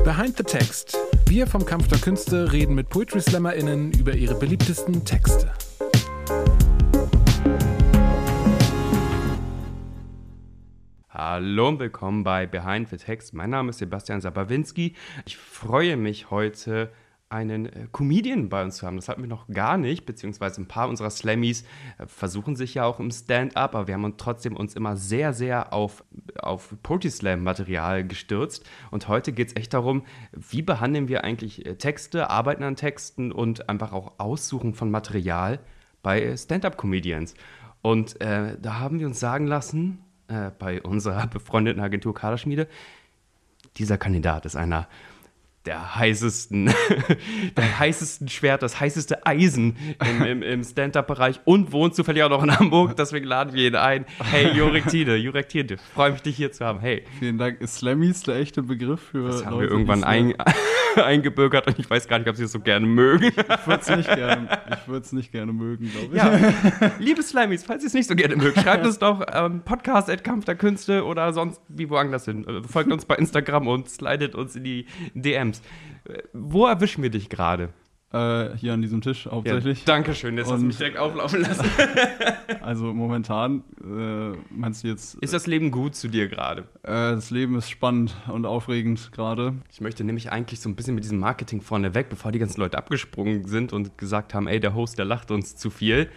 Behind the Text. Wir vom Kampf der Künste reden mit Poetry SlammerInnen über ihre beliebtesten Texte. Hallo und willkommen bei Behind the Text. Mein Name ist Sebastian Sabawinski. Ich freue mich heute, einen Comedian bei uns zu haben. Das hatten wir noch gar nicht, beziehungsweise ein paar unserer Slammies versuchen sich ja auch im Stand-up, aber wir haben trotzdem uns immer sehr, sehr auf Poetry Slam-Material gestürzt. Und heute geht es echt darum, wie behandeln wir eigentlich Texte, arbeiten an Texten und einfach auch Aussuchen von Material bei Stand-up-Comedians. Und da haben wir uns sagen lassen, bei unserer befreundeten Agentur Kaderschmiede, dieser Kandidat ist einer der heißesten Schwert, das heißeste Eisen im Stand-Up-Bereich und wohnt zufällig auch noch in Hamburg, deswegen laden wir ihn ein. Hey, Jurek Tiede, freue mich, dich hier zu haben. Hey. Vielen Dank. Ist Slammies der echte Begriff für Das haben Leute, wir irgendwann eingebürgert und ich weiß gar nicht, ob sie es so gerne mögen. Ich würde es nicht gerne mögen, glaube ich. Ja, liebe Slammies, falls ihr es nicht so gerne mögt, schreibt uns doch Podcast@Kampf der Künste oder sonst wie woanders hin. Folgt uns bei Instagram und slidet uns in die DMs. Wo erwischen wir dich gerade? Hier an diesem Tisch hauptsächlich. Ja, Dankeschön, jetzt hast du mich direkt auflaufen lassen. Also momentan, meinst du jetzt... Ist das Leben gut zu dir gerade? Das Leben ist spannend und aufregend gerade. Ich möchte nämlich eigentlich so ein bisschen mit diesem Marketing vorne weg, bevor die ganzen Leute abgesprungen sind und gesagt haben, ey, der Host, der lacht uns zu viel.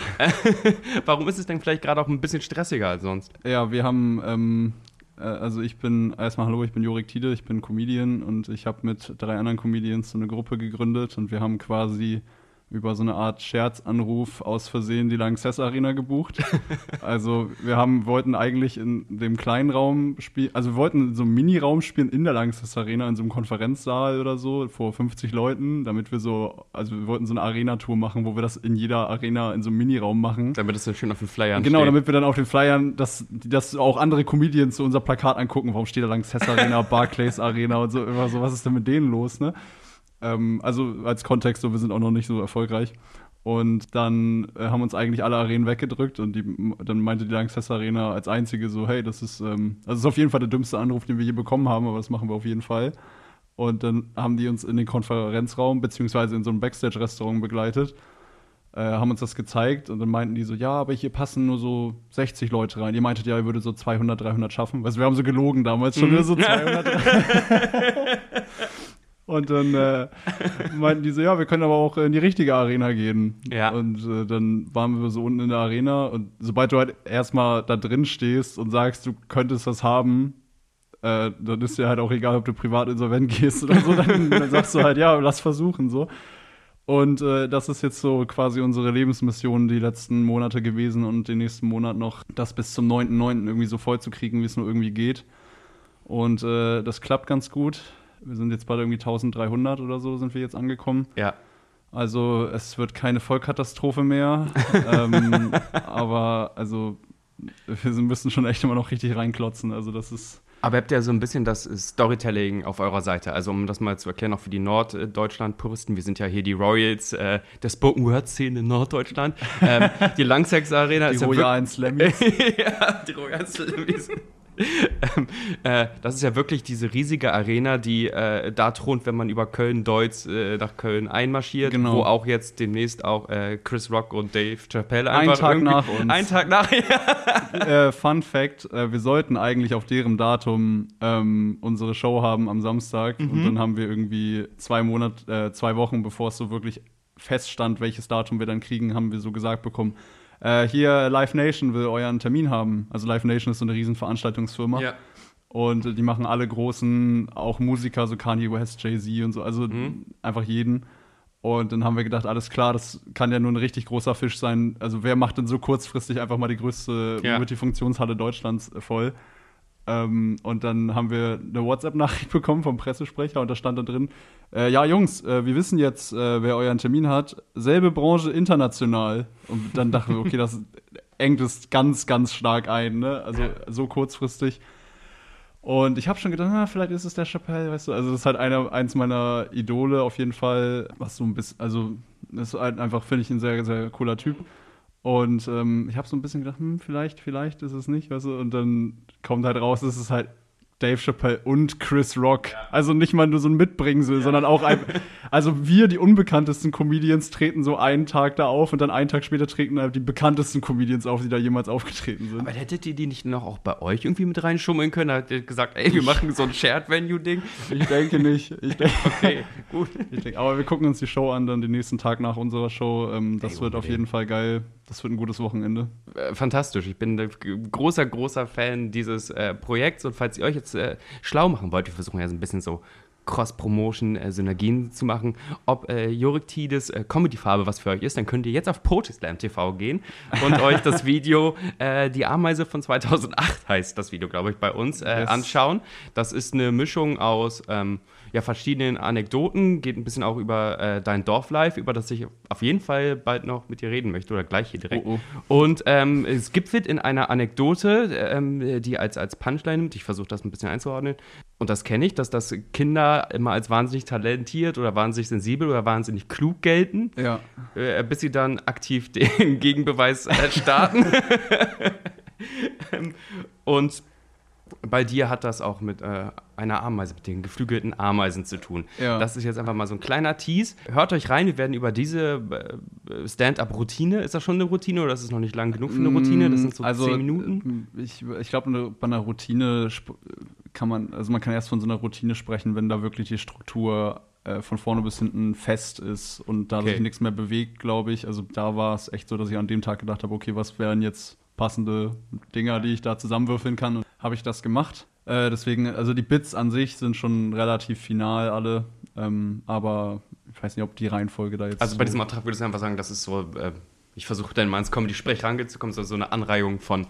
Warum ist es denn vielleicht gerade auch ein bisschen stressiger als sonst? Ja, wir haben... Also ich bin Jurek Tiede, ich bin Comedian und ich habe mit 3 anderen Comedians so eine Gruppe gegründet und wir haben quasi über so eine Art Scherzanruf aus Versehen die Lanxess Arena gebucht. Also wir wollten eigentlich in dem kleinen Raum spielen, also wir wollten in so einem Mini-Raum spielen in der Lanxess Arena, in so einem Konferenzsaal oder so, vor 50 Leuten, damit wir wir wollten so eine Arena-Tour machen, wo wir das in jeder Arena in so einem Mini-Raum machen. Damit das dann schön auf den Flyern Genau, steht. damit wir dann auf den Flyern, dass auch andere Comedians so unser Plakat angucken, warum steht da Lanxess Arena, Barclays Arena und so, immer so, was ist denn mit denen los, ne? Also als Kontext, so, wir sind auch noch nicht so erfolgreich. Und dann haben uns eigentlich alle Arenen weggedrückt und dann meinte die Lanxess Arena als einzige so, hey, das ist auf jeden Fall der dümmste Anruf, den wir je bekommen haben, aber das machen wir auf jeden Fall. Und dann haben die uns in den Konferenzraum beziehungsweise in so ein Backstage-Restaurant begleitet, haben uns das gezeigt und dann meinten die so, ja, aber hier passen nur so 60 Leute rein. Ihr meintet ja, ihr würdet so 200, 300 schaffen. Also wir haben so gelogen damals schon, nur so 200. Und dann meinten die so, ja, wir können aber auch in die richtige Arena gehen. Ja. Und dann waren wir so unten in der Arena und sobald du halt erstmal da drin stehst und sagst, du könntest das haben, dann ist dir halt auch egal, ob du privat insolvent gehst oder so, dann sagst du halt, ja, lass versuchen, so. Und das ist jetzt so quasi unsere Lebensmission die letzten Monate gewesen und den nächsten Monat noch, das bis zum 9.9. irgendwie so voll zu kriegen, wie es nur irgendwie geht. Und das klappt ganz gut. Wir sind jetzt bald irgendwie 1300 oder so sind wir jetzt angekommen. Ja. Also es wird keine Vollkatastrophe mehr. Aber also wir müssen schon echt immer noch richtig reinklotzen. Also das ist... Aber habt ihr so ein bisschen das Storytelling auf eurer Seite? Also um das mal zu erklären, auch für die Norddeutschland-Puristen, wir sind ja hier die Royals der Spoken-Word-Szene in Norddeutschland. Die Lanxess Arena die ist royalen Slammies. Ja, die royalen Slammies. Das ist ja wirklich diese riesige Arena, die da thront, wenn man über Köln-Deutz nach Köln einmarschiert, genau. Wo auch jetzt demnächst auch Chris Rock und Dave Chappelle einfach Einen Tag nach uns. Fun Fact, wir sollten eigentlich auf deren Datum unsere Show haben am Samstag und dann haben wir irgendwie 2 Wochen, bevor es so wirklich feststand, welches Datum wir dann kriegen, haben wir so gesagt bekommen, hier Live Nation will euren Termin haben. Also Live Nation ist so eine riesen Veranstaltungsfirma. Ja. Und die machen alle großen, auch Musiker, so Kanye West, Jay-Z und so, also einfach jeden. Und dann haben wir gedacht, alles klar, das kann ja nur ein richtig großer Fisch sein. Also wer macht denn so kurzfristig einfach mal die größte Multifunktionshalle Deutschlands voll? Und dann haben wir eine WhatsApp-Nachricht bekommen vom Pressesprecher und da stand da drin, ja Jungs, wir wissen jetzt, wer euren Termin hat, selbe Branche international. Und dann dachten wir, okay, das engt es ganz, ganz stark ein, ne? Also so kurzfristig. Und ich habe schon gedacht, vielleicht ist es der Chappelle, weißt du, also das ist halt eins meiner Idole auf jeden Fall, was so ein bisschen, also das ist halt einfach, finde ich, ein sehr, sehr cooler Typ. Und ich habe so ein bisschen gedacht, vielleicht ist es nicht, weißt du, und dann kommt halt raus, es ist halt Dave Chappelle und Chris Rock. Ja. Also nicht mal nur so ein Mitbringsel, sondern auch also wir, die unbekanntesten Comedians, treten so einen Tag da auf und dann einen Tag später treten halt die bekanntesten Comedians auf, die da jemals aufgetreten sind. Aber hättet ihr die nicht noch auch bei euch irgendwie mit reinschummeln können? Habt ihr gesagt, ey, wir machen so ein Shared-Venue-Ding? Ich denke nicht. Okay, gut. Aber wir gucken uns die Show an, dann den nächsten Tag nach unserer Show. Das wird auf jeden Fall geil. Das wird ein gutes Wochenende. Fantastisch. Ich bin ein großer Fan dieses Projekts. Und falls ihr euch jetzt schlau machen wollt, wir versuchen ja so ein bisschen so Cross-Promotion, Synergien zu machen, ob Yoriktides Comedy-Farbe was für euch ist, dann könnt ihr jetzt auf Poetry Slam TV gehen und euch das Video Die Ameise von 2008 heißt das Video, glaube ich, bei uns anschauen. Das ist eine Mischung aus verschiedenen Anekdoten, geht ein bisschen auch über dein Dorflife, über das ich auf jeden Fall bald noch mit dir reden möchte oder gleich hier direkt. Und es gipfelt in einer Anekdote, die als Punchline nimmt. Ich versuche das ein bisschen einzuordnen. Und das kenne ich, dass das Kinder immer als wahnsinnig talentiert oder wahnsinnig sensibel oder wahnsinnig klug gelten, bis sie dann aktiv den Gegenbeweis starten. Und bei dir hat das auch mit einer Ameise, mit den geflügelten Ameisen zu tun. Ja. Das ist jetzt einfach mal so ein kleiner Tease. Hört euch rein, wir werden über diese Stand-up-Routine, ist das schon eine Routine oder ist es noch nicht lang genug für eine Routine? Das sind so 10 Minuten. Ich glaube, bei einer Routine kann man erst von so einer Routine sprechen, wenn da wirklich die Struktur von vorne bis hinten fest ist und da sich nichts mehr bewegt, glaube ich. Also da war es echt so, dass ich an dem Tag gedacht habe, okay, was wären jetzt passende Dinger, die ich da zusammenwürfeln kann, und habe ich das gemacht. Deswegen, also die Bits an sich sind schon relativ final alle, aber ich weiß nicht, ob die Reihenfolge da jetzt... Also bei diesem Antrag würdest du einfach sagen, das ist so, ich versuche dann mal ins Comedy-Sprech rangekommen, so eine Anreihung von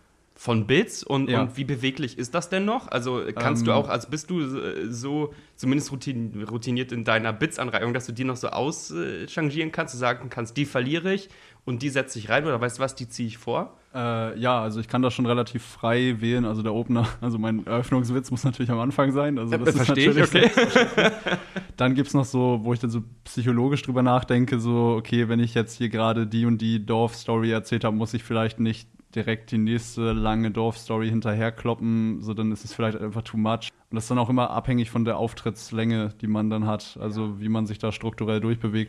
Bits und wie beweglich ist das denn noch? Also kannst du auch, also bist du so zumindest routiniert in deiner Bits-Anreihung, dass du die noch so auschangieren kannst, du sagen kannst, die verliere ich und die setze ich rein oder weißt du was, die ziehe ich vor? Also ich kann das schon relativ frei wählen, also der Opener, also mein Eröffnungswitz muss natürlich am Anfang sein. Also das verstehe ich, okay. Dann gibt's noch so, wo ich dann so psychologisch drüber nachdenke, so, okay, wenn ich jetzt hier gerade die und die Dorfstory erzählt habe, muss ich vielleicht nicht direkt die nächste lange Dorfstory hinterherkloppen, so dann ist es vielleicht einfach too much. Und das ist dann auch immer abhängig von der Auftrittslänge, die man dann hat, also wie man sich da strukturell durchbewegt,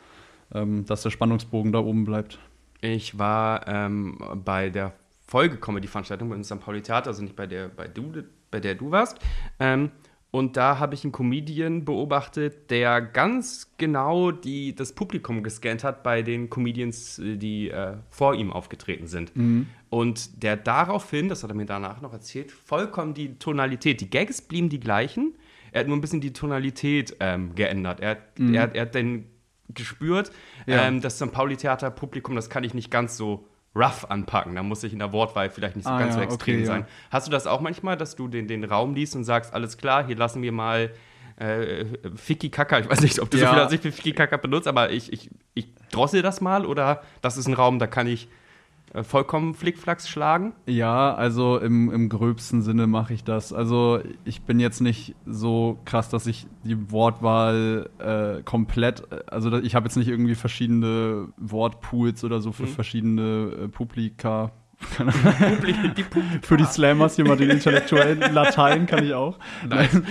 dass der Spannungsbogen da oben bleibt. Ich war bei der Folge-Comedy-Veranstaltung bei uns am Pauli-Theater, also nicht bei der du warst. Und da habe ich einen Comedian beobachtet, der ganz genau das Publikum gescannt hat bei den Comedians, die vor ihm aufgetreten sind. Mhm. Und der daraufhin, das hat er mir danach noch erzählt, vollkommen die Tonalität, die Gags blieben die gleichen, er hat nur ein bisschen die Tonalität geändert. Er hat dann gespürt, das St. Pauli-Theater-Publikum, das kann ich nicht ganz so rough anpacken. Da muss ich in der Wortwahl vielleicht nicht so ganz so extrem sein. Hast du das auch manchmal, dass du den Raum liest und sagst, alles klar, hier lassen wir mal Ficky-Kaka, ich weiß nicht, ob du so viel als ich für Ficky-Kaka benutzt, aber ich drossel das mal oder das ist ein Raum, da kann ich vollkommen Flickflacks schlagen? Ja, also im gröbsten Sinne mache ich das. Also ich bin jetzt nicht so krass, dass ich die Wortwahl komplett, also ich habe jetzt nicht irgendwie verschiedene Wortpools oder so für verschiedene Publika. Für die Slammers, hier mal den intellektuellen Latein kann ich auch. Nice.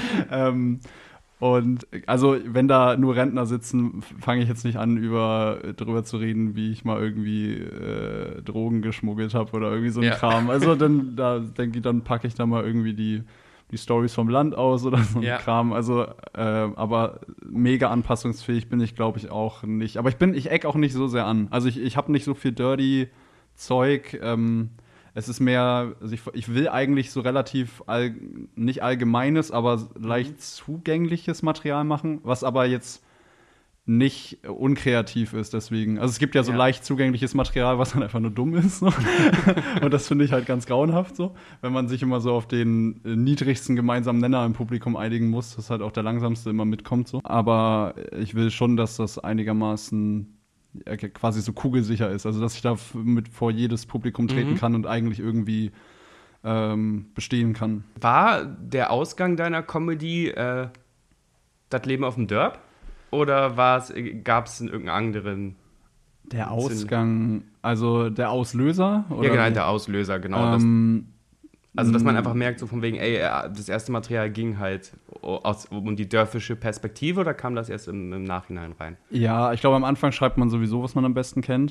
Und also, wenn da nur Rentner sitzen, fange ich jetzt nicht an, drüber zu reden, wie ich mal irgendwie Drogen geschmuggelt habe oder irgendwie so ein Kram. Also dann packe ich da mal irgendwie die Storys vom Land aus oder so ein Kram. Also, aber mega anpassungsfähig bin ich, glaube ich, auch nicht. Aber ich eck auch nicht so sehr an. Also ich habe nicht so viel dirty Zeug. Es ist mehr, also ich will eigentlich so relativ nicht allgemeines, aber leicht zugängliches Material machen, was aber jetzt nicht unkreativ ist deswegen. Also es gibt ja so leicht zugängliches Material, was dann einfach nur dumm ist. So. Und das finde ich halt ganz grauenhaft so, wenn man sich immer so auf den niedrigsten gemeinsamen Nenner im Publikum einigen muss, dass halt auch der langsamste immer mitkommt. So. Aber ich will schon, dass das einigermaßen quasi so kugelsicher ist. Also dass ich da vor jedes Publikum treten kann und eigentlich irgendwie bestehen kann. War der Ausgang deiner Comedy das Leben auf dem Derb? Oder gab es in irgendeinem anderen Der Ausgang, also der Auslöser? Oder ja, genau, der Auslöser, genau. Also, dass man einfach merkt, so von wegen, das erste Material ging halt um die dörfische Perspektive oder kam das erst im Nachhinein rein? Ja, ich glaube, am Anfang schreibt man sowieso, was man am besten kennt.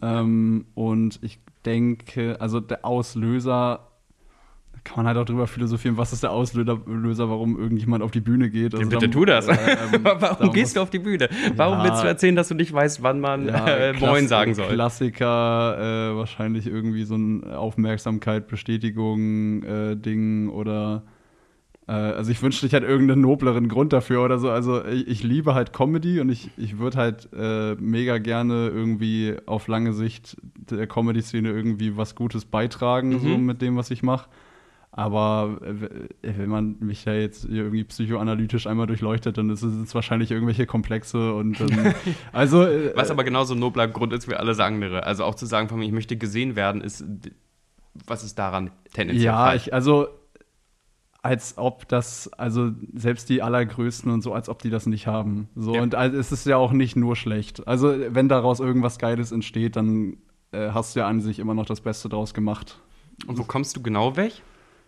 Und ich denke, also der Auslöser, kann man halt auch drüber philosophieren, was ist der Auslöser, warum irgendjemand auf die Bühne geht. Also bitte tu das. Warum gehst du auf die Bühne? Warum willst du erzählen, dass du nicht weißt, wann man Moin sagen soll? Klassiker, wahrscheinlich irgendwie so ein Aufmerksamkeit, Bestätigung, Ding oder also ich wünschte, ich hätte irgendeinen nobleren Grund dafür oder so. Also ich liebe halt Comedy und ich würde halt mega gerne irgendwie auf lange Sicht der Comedy-Szene irgendwie was Gutes beitragen, so mit dem, was ich mache. Aber wenn man mich ja jetzt irgendwie psychoanalytisch einmal durchleuchtet, dann ist es wahrscheinlich irgendwelche Komplexe und dann, also was aber genauso ein nobler Grund ist wie alles andere. Also auch zu sagen, von mir, ich möchte gesehen werden, was ist daran tendenziell falsch? Also als ob das, also selbst die Allergrößten und so, als ob die das nicht haben. So, ja. Und also, es ist ja auch nicht nur schlecht. Also wenn daraus irgendwas Geiles entsteht, dann hast du ja an sich immer noch das Beste draus gemacht. Und wo kommst du genau weg?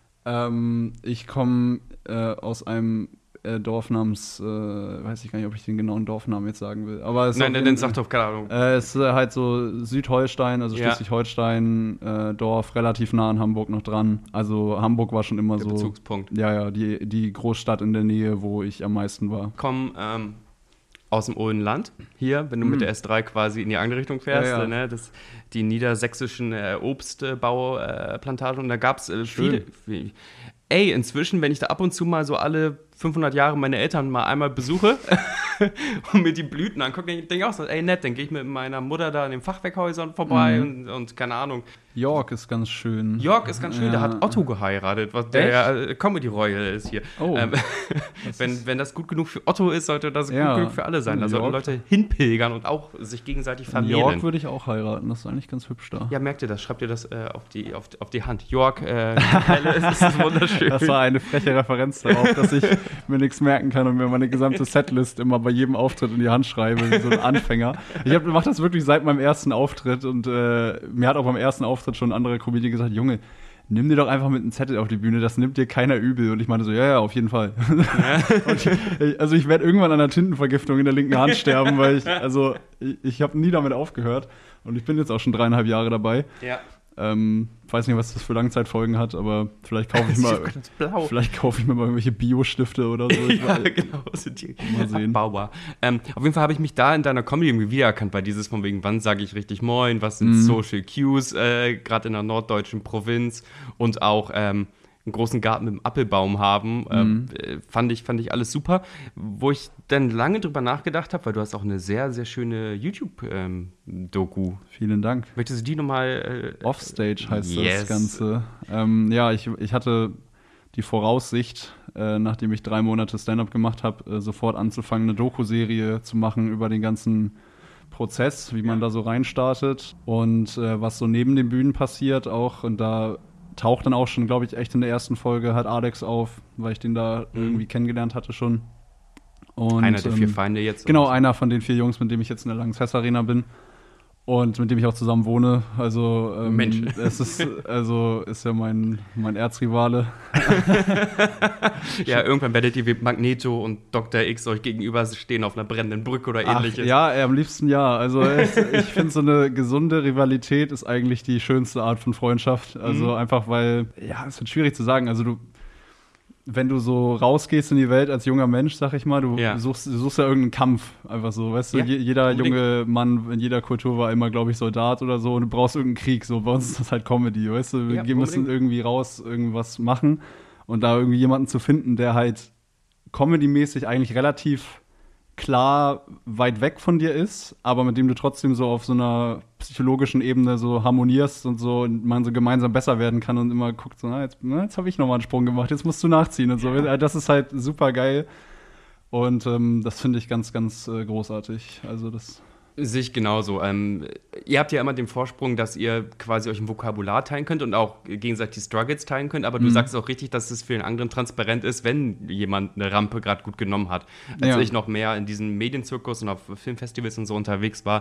Ich komme aus einem Dorf namens, weiß ich gar nicht, ob ich den genauen Dorfnamen jetzt sagen will. Aber Nein, dann sag doch, keine Ahnung. Es ist halt so Südholstein, also Schleswig-Holstein, Dorf, relativ nah an Hamburg noch dran. Also Hamburg war schon immer der so Bezugspunkt. Ja, die Großstadt in der Nähe, wo ich am meisten war. Komm aus dem Ohlenland hier, wenn du mit der S3 quasi in die andere Richtung fährst, Ja. Ne, die niedersächsischen Obstbauplantagen und da gab es viele. Inzwischen, wenn ich da ab und zu mal so alle 500 Jahre meine Eltern mal einmal besuche und mir die Blüten angucke, denke ich auch so, nett, dann gehe ich mit meiner Mutter da in den Fachwerkhäusern vorbei und keine Ahnung. York ist ganz schön. Da hat Otto geheiratet, der ja Comedy Royal ist hier. Oh. Wenn das gut genug für Otto ist, sollte das gut genug für alle sein. Da sollten Leute hinpilgern und auch sich gegenseitig vermehren. York würde ich auch heiraten, das ist eigentlich ganz hübsch da. Ja, merkt ihr das? Schreibt ihr das auf die Hand. York, es ist wunderschön. Das war eine freche Referenz darauf, dass ich mir nichts merken kann und mir meine gesamte Setlist immer bei jedem Auftritt in die Hand schreibe, wie so ein Anfänger. Ich mache das wirklich seit meinem ersten Auftritt und mir hat auch beim ersten Auftritt schon ein anderer Comedian gesagt, Junge, nimm dir doch einfach mit einem Zettel auf die Bühne, das nimmt dir keiner übel. Und ich meinte so, ja, auf jeden Fall. Ja. Ich werde irgendwann an einer Tintenvergiftung in der linken Hand sterben, weil ich habe nie damit aufgehört. Und ich bin jetzt auch schon 3,5 Jahre dabei. Ja. Weiß nicht, was das für Langzeitfolgen hat, aber vielleicht kaufe ich mal irgendwelche Bio-Stifte oder so. Genau. Mal sehen. Abbaubar. Auf jeden Fall habe ich mich da in deiner Comedy irgendwie wiedererkannt, bei dieses von wegen, wann sage ich richtig Moin, was sind Social Cues, gerade in der norddeutschen Provinz und auch einen großen Garten mit einem Apfelbaum haben, fand ich alles super. Wo ich dann lange drüber nachgedacht habe, weil du hast auch eine sehr, sehr schöne YouTube-Doku. Vielen Dank. Möchtest du die nochmal Offstage heißt das Ganze. Ich hatte die Voraussicht, nachdem ich 3 Monate Stand-up gemacht habe, sofort anzufangen, eine Doku-Serie zu machen über den ganzen Prozess, wie man da so reinstartet und was so neben den Bühnen passiert auch. Und da taucht dann auch schon, glaube ich, echt in der ersten Folge halt Alex auf, weil ich den da irgendwie kennengelernt hatte schon. Und, einer der 4 Feinde jetzt. Genau, einer von den 4 Jungs, mit dem ich jetzt in der Lanxess Arena bin und mit dem ich auch zusammen wohne. Also Mensch. Ist ja mein Erzrivale. Ja, irgendwann werdet ihr wie Magneto und Dr. X euch gegenüber stehen auf einer brennenden Brücke oder ähnliches. Ja, am liebsten ja. Also ich finde, so eine gesunde Rivalität ist eigentlich die schönste Art von Freundschaft. Also einfach, weil, ja, es wird schwierig zu sagen. Also wenn du so rausgehst in die Welt als junger Mensch, sag ich mal, du suchst ja irgendeinen Kampf, einfach so, weißt du, jeder junge Mann in jeder Kultur war immer, glaube ich, Soldat oder so und du brauchst irgendeinen Krieg, so, bei uns ist das halt Comedy, weißt du, wir müssen irgendwie raus irgendwas machen und da irgendwie jemanden zu finden, der halt comedy-mäßig eigentlich relativ klar weit weg von dir ist, aber mit dem du trotzdem so auf so einer psychologischen Ebene so harmonierst und so und man so gemeinsam besser werden kann und immer guckt so, jetzt habe ich nochmal einen Sprung gemacht, jetzt musst du nachziehen und so. Das ist halt super geil und das finde ich ganz, ganz großartig. Also das sehe ich genauso. Ihr habt ja immer den Vorsprung, dass ihr quasi euch ein Vokabular teilen könnt und auch gegenseitig die Struggles teilen könnt, aber du sagst auch richtig, dass es für den anderen transparent ist, wenn jemand eine Rampe gerade gut genommen hat. Als ich noch mehr in diesem Medienzirkus und auf Filmfestivals und so unterwegs war,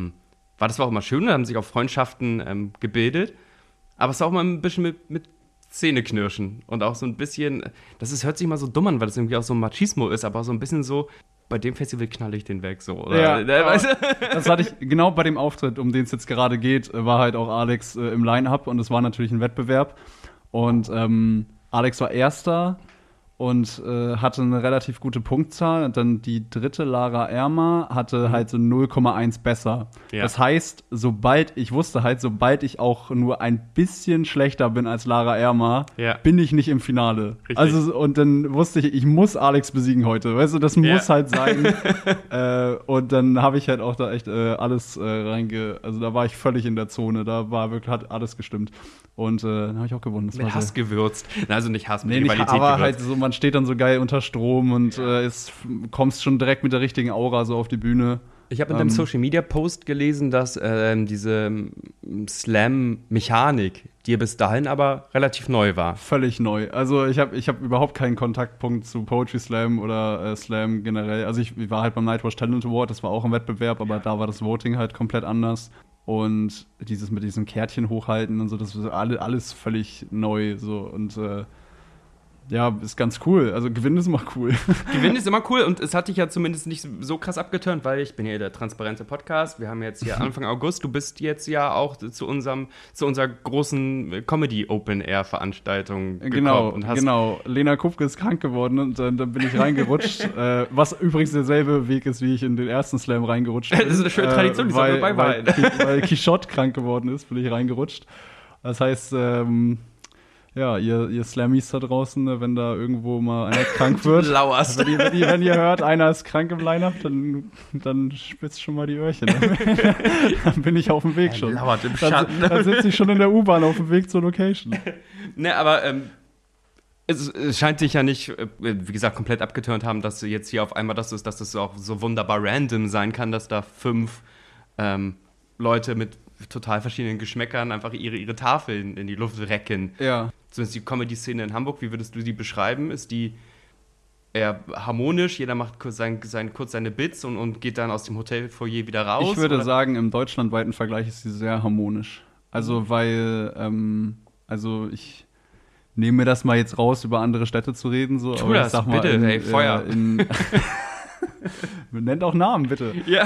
war das auch immer schön, da haben sich auch Freundschaften gebildet, aber es war auch mal ein bisschen mit Zähneknirschen und auch so ein bisschen, hört sich mal so dumm an, weil das irgendwie auch so Machismo ist, aber auch so ein bisschen so, bei dem Festival knalle ich den weg, so. Oder? Ja, weißt du? Das hatte ich genau bei dem Auftritt, um den es jetzt gerade geht, war halt auch Alex im Line-Up und es war natürlich ein Wettbewerb. Und Alex war Erster und hatte eine relativ gute Punktzahl. Und dann die dritte, Lara Ermer, hatte halt so 0,1 besser. Ja. Das heißt, sobald ich auch nur ein bisschen schlechter bin als Lara Ermer, bin ich nicht im Finale. Richtig. Also, und dann wusste ich muss Alex besiegen heute. Weißt du, das muss halt sein. Und dann habe ich halt auch da echt alles also da war ich völlig in der Zone. Da war wirklich, hat alles gestimmt. Und dann habe ich auch gewonnen. Das mit Hass gewürzt. Also nicht Hass, mit Rivalität aber gewürzt. Halt so, man steht dann so geil unter Strom und kommst schon direkt mit der richtigen Aura so auf die Bühne. Ich habe in deinem Social-Media-Post gelesen, dass diese Slam-Mechanik dir bis dahin aber relativ neu war. Völlig neu. Also ich hab überhaupt keinen Kontaktpunkt zu Poetry Slam oder Slam generell. Also ich war halt beim Nightwatch Talent Award, das war auch ein Wettbewerb, aber da war das Voting halt komplett anders. Und dieses mit diesem Kärtchen hochhalten und so, das ist alles völlig neu. So. Und ist ganz cool. Also Gewinnen ist immer cool. Gewinnen ist immer cool und es hat dich ja zumindest nicht so krass abgeturnt, weil ich bin ja der transparente Podcast. Wir haben jetzt hier Anfang August. Du bist jetzt ja auch zu unserer großen Comedy-Open-Air-Veranstaltung gekommen. Genau. Lena Kupke ist krank geworden und dann bin ich reingerutscht. Was übrigens derselbe Weg ist, wie ich in den ersten Slam reingerutscht bin. Das ist eine schöne Tradition, die soll dabei sein. Weil Quichotte krank geworden ist, bin ich reingerutscht. Das heißt, ihr Slammies da draußen, wenn da irgendwo mal einer krank wird, wenn ihr hört, einer ist krank im Line-Up, dann spitzt schon mal die Öhrchen. Dann bin ich auf dem Weg schon. Lauert im Schatten. Dann sitze ich schon in der U-Bahn auf dem Weg zur Location. Ne, aber es scheint dich ja nicht, wie gesagt, komplett abgeturnt haben, dass du jetzt hier auf einmal, dass es auch so wunderbar random sein kann, dass da 5 Leute mit total verschiedenen Geschmäckern einfach ihre Tafeln in die Luft recken. Ja. Zumindest die Comedy-Szene in Hamburg, wie würdest du die beschreiben? Ist die eher harmonisch? Jeder macht kurz seine Bits und geht dann aus dem Hotelfoyer wieder raus? Ich würde sagen, im deutschlandweiten Vergleich ist sie sehr harmonisch. Also, weil, ich nehme mir das mal jetzt raus, über andere Städte zu reden. So. Tu aber das, ich sag mal, bitte, Feuer. Nennt auch Namen, bitte. Ja.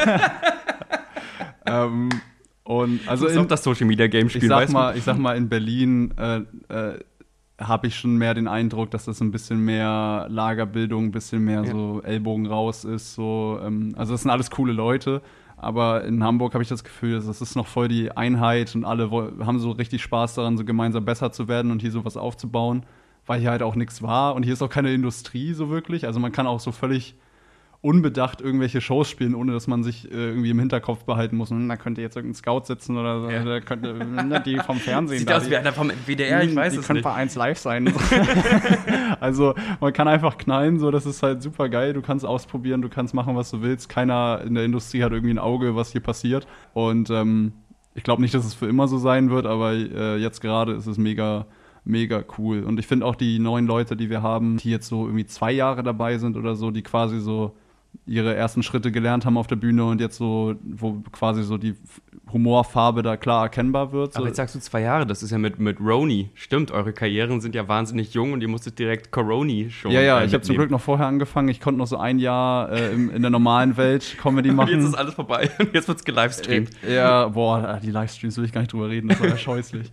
Und also du musst auch das Social-Media-Game spielen, ich sag mal, in Berlin habe ich schon mehr den Eindruck, dass das ein bisschen mehr Lagerbildung, ein bisschen mehr so Ellbogen raus ist. So, also das sind alles coole Leute, aber in Hamburg habe ich das Gefühl, das ist noch voll die Einheit und alle haben so richtig Spaß daran, so gemeinsam besser zu werden und hier sowas aufzubauen, weil hier halt auch nichts war und hier ist auch keine Industrie so wirklich. Also man kann auch so völlig unbedacht irgendwelche Shows spielen, ohne dass man sich irgendwie im Hinterkopf behalten muss. Da könnte jetzt irgendein Scout sitzen oder so. Da könnte die vom Fernsehen. Sieht aus wie einer vom WDR, ich weiß es nicht. Die könnte bei 1 Live sein. Also man kann einfach knallen, so, das ist halt super geil. Du kannst ausprobieren, du kannst machen, was du willst. Keiner in der Industrie hat irgendwie ein Auge, was hier passiert. Und ich glaube nicht, dass es für immer so sein wird, aber jetzt gerade ist es mega cool. Und ich finde auch die neuen Leute, die wir haben, die jetzt so irgendwie 2 Jahre dabei sind oder so, die quasi so ihre ersten Schritte gelernt haben auf der Bühne und jetzt so, wo quasi so die Humorfarbe da klar erkennbar wird. So. Aber jetzt sagst du 2 Jahre, das ist ja mit Roni. Stimmt, eure Karrieren sind ja wahnsinnig jung und ihr musstet direkt Coroni schon Ja, ich habe zum Glück noch vorher angefangen. Ich konnte noch so 1 Jahr in der normalen Welt Comedy machen. Und jetzt ist alles vorbei und jetzt wird's gelivestreamt. Die Livestreams will ich gar nicht drüber reden, das war ja scheußlich.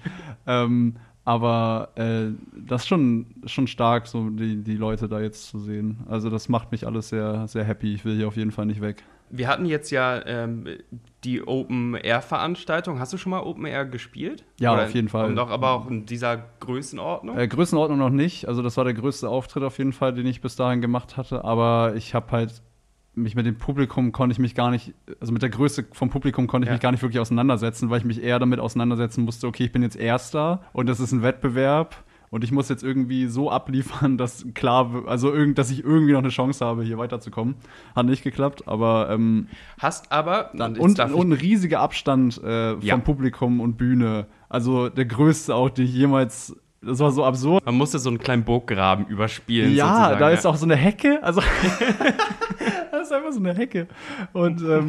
Aber das ist schon stark, so die Leute da jetzt zu sehen. Also das macht mich alles sehr, sehr happy. Ich will hier auf jeden Fall nicht weg. Wir hatten jetzt ja die Open-Air-Veranstaltung. Hast du schon mal Open-Air gespielt? Ja, auf jeden Fall. Aber auch in dieser Größenordnung? Größenordnung noch nicht. Also das war der größte Auftritt auf jeden Fall, den ich bis dahin gemacht hatte. Aber ich habe halt mich mit dem Publikum mit der Größe vom Publikum konnte ich mich gar nicht wirklich auseinandersetzen, weil ich mich eher damit auseinandersetzen musste, okay, ich bin jetzt Erster und das ist ein Wettbewerb und ich muss jetzt irgendwie so abliefern, dass dass ich irgendwie noch eine Chance habe, hier weiterzukommen. Hat nicht geklappt, aber hast aber und ein riesiger Abstand vom Publikum und Bühne. Also der größte auch, den ich jemals. Das war so absurd. Man musste so einen kleinen Burggraben überspielen. Ja, sozusagen. Da ist auch so eine Hecke. Also das ist einfach so eine Hecke. Und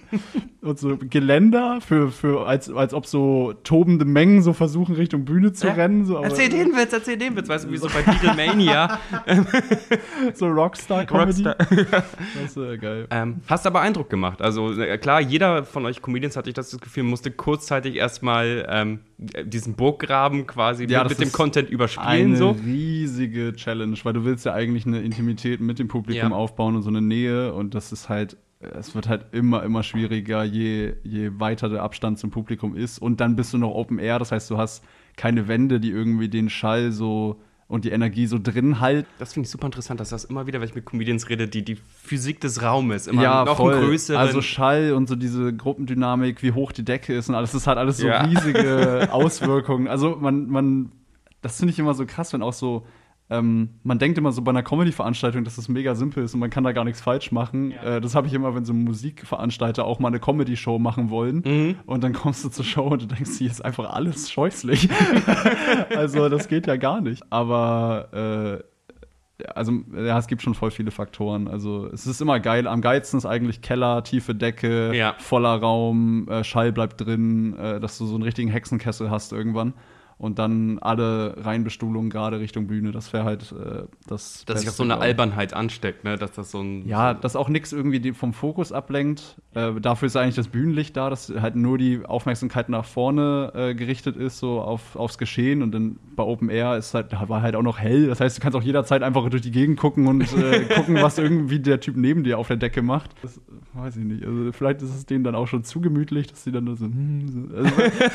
und so Geländer als ob so tobende Mengen so versuchen, Richtung Bühne zu rennen. So, erzähl den Witz, weißt du, wie so bei Beatlemania. So Rockstar-Comedy. Rockstar. Das ist geil. Hast aber Eindruck gemacht. Also klar, jeder von euch Comedians, hatte ich das Gefühl, musste kurzzeitig erstmal diesen Burggraben quasi mit dem Content überspielen. Eine riesige Challenge, weil du willst ja eigentlich eine Intimität mit dem Publikum aufbauen und so eine Nähe und das ist halt, es wird halt immer schwieriger, je weiter der Abstand zum Publikum ist und dann bist du noch Open Air, das heißt, du hast keine Wände, die irgendwie den Schall so und die Energie so drin halten. Das finde ich super interessant, dass das immer wieder, wenn ich mit Comedians rede, die Physik des Raumes immer noch voll. einen größeren. Also Schall und so diese Gruppendynamik, wie hoch die Decke ist und alles, das hat alles so riesige Auswirkungen. Also man das finde ich immer so krass, wenn auch so man denkt immer so bei einer Comedy-Veranstaltung, dass das mega simpel ist und man kann da gar nichts falsch machen. Ja. Das habe ich immer, wenn so Musikveranstalter auch mal eine Comedy-Show machen wollen. Und dann kommst du zur Show und du denkst, hier ist einfach alles scheußlich. Also das geht ja gar nicht. Aber es gibt schon voll viele Faktoren. Also es ist immer geil. Am geilsten ist eigentlich Keller, tiefe Decke, voller Raum, Schall bleibt drin, dass du so einen richtigen Hexenkessel hast irgendwann. Und dann alle Reinbestuhlungen gerade Richtung Bühne. Das wäre halt das Dass sich auch so eine Albernheit ansteckt, ne? Dass das so ein. Ja, dass auch nichts irgendwie vom Fokus ablenkt. Dafür ist eigentlich das Bühnenlicht da, dass halt nur die Aufmerksamkeit nach vorne gerichtet ist, so aufs Geschehen. Und dann bei Open Air war halt auch noch hell. Das heißt, du kannst auch jederzeit einfach durch die Gegend gucken und gucken, was irgendwie der Typ neben dir auf der Decke macht. Das weiß ich nicht. Also vielleicht ist es denen dann auch schon zu gemütlich, dass sie dann nur so. Also,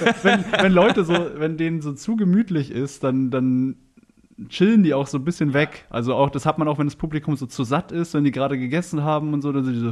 wenn denen so zu gemütlich ist, dann chillen die auch so ein bisschen weg. Also auch, das hat man auch, wenn das Publikum so zu satt ist, wenn die gerade gegessen haben und so, dann sind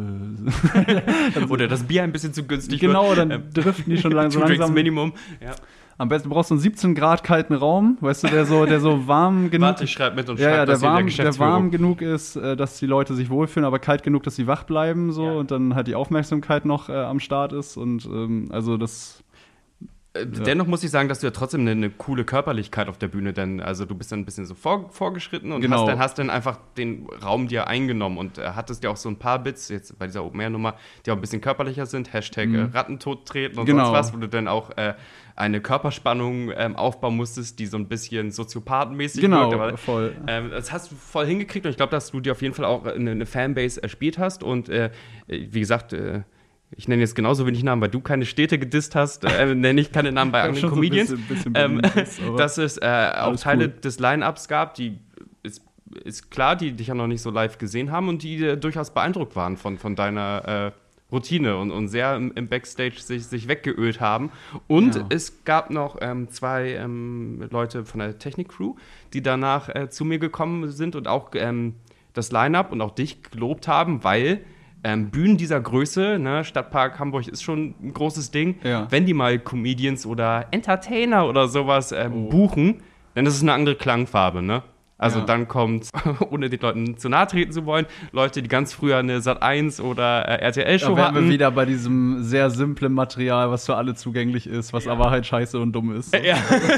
die so oder das Bier ein bisschen zu günstig wird. Dann driften die schon langsam. Minimum. Ja. Am besten brauchst du einen 17 Grad kalten Raum, weißt du, der so warm genug Warte, ich schreibe mit und schreibe, der warm genug ist, dass die Leute sich wohlfühlen, aber kalt genug, dass sie wach bleiben so und dann halt die Aufmerksamkeit noch am Start ist und also das Dennoch muss ich sagen, dass du ja trotzdem eine coole Körperlichkeit auf der Bühne, denn also du bist dann ein bisschen so vorgeschreten und hast dann einfach den Raum dir eingenommen und hattest ja auch so ein paar Bits, jetzt bei dieser Open-Air-Nummer, die auch ein bisschen körperlicher sind, Hashtag Rattentod treten und sonst was, wo du dann auch eine Körperspannung aufbauen musstest, die so ein bisschen soziopathenmäßig wirkt. Aber, voll. Das hast du voll hingekriegt und ich glaube, dass du dir auf jeden Fall auch eine Fanbase erspielt hast und wie gesagt, ich nenne jetzt genauso wenig Namen, weil du keine Städte gedisst hast, nenne ich keine Namen bei anderen Comedians. So bisschen dass es auch Teile des Line-Ups gab, die ist klar, die dich ja noch nicht so live gesehen haben und die durchaus beeindruckt waren von deiner Routine und sehr im Backstage sich weggeölt haben. Und es gab noch zwei Leute von der Technik-Crew, die danach zu mir gekommen sind und auch das Line-Up und auch dich gelobt haben, weil Bühnen dieser Größe, ne, Stadtpark Hamburg ist schon ein großes Ding. Ja. Wenn die mal Comedians oder Entertainer oder sowas buchen, dann ist es eine andere Klangfarbe, ne? Also dann kommt, ohne den Leuten zu nahe treten zu wollen, Leute, die ganz früher eine Sat.1 oder RTL-Show hatten. Da wären wir wieder bei diesem sehr simplen Material, was für alle zugänglich ist, was aber halt scheiße und dumm ist. Ja.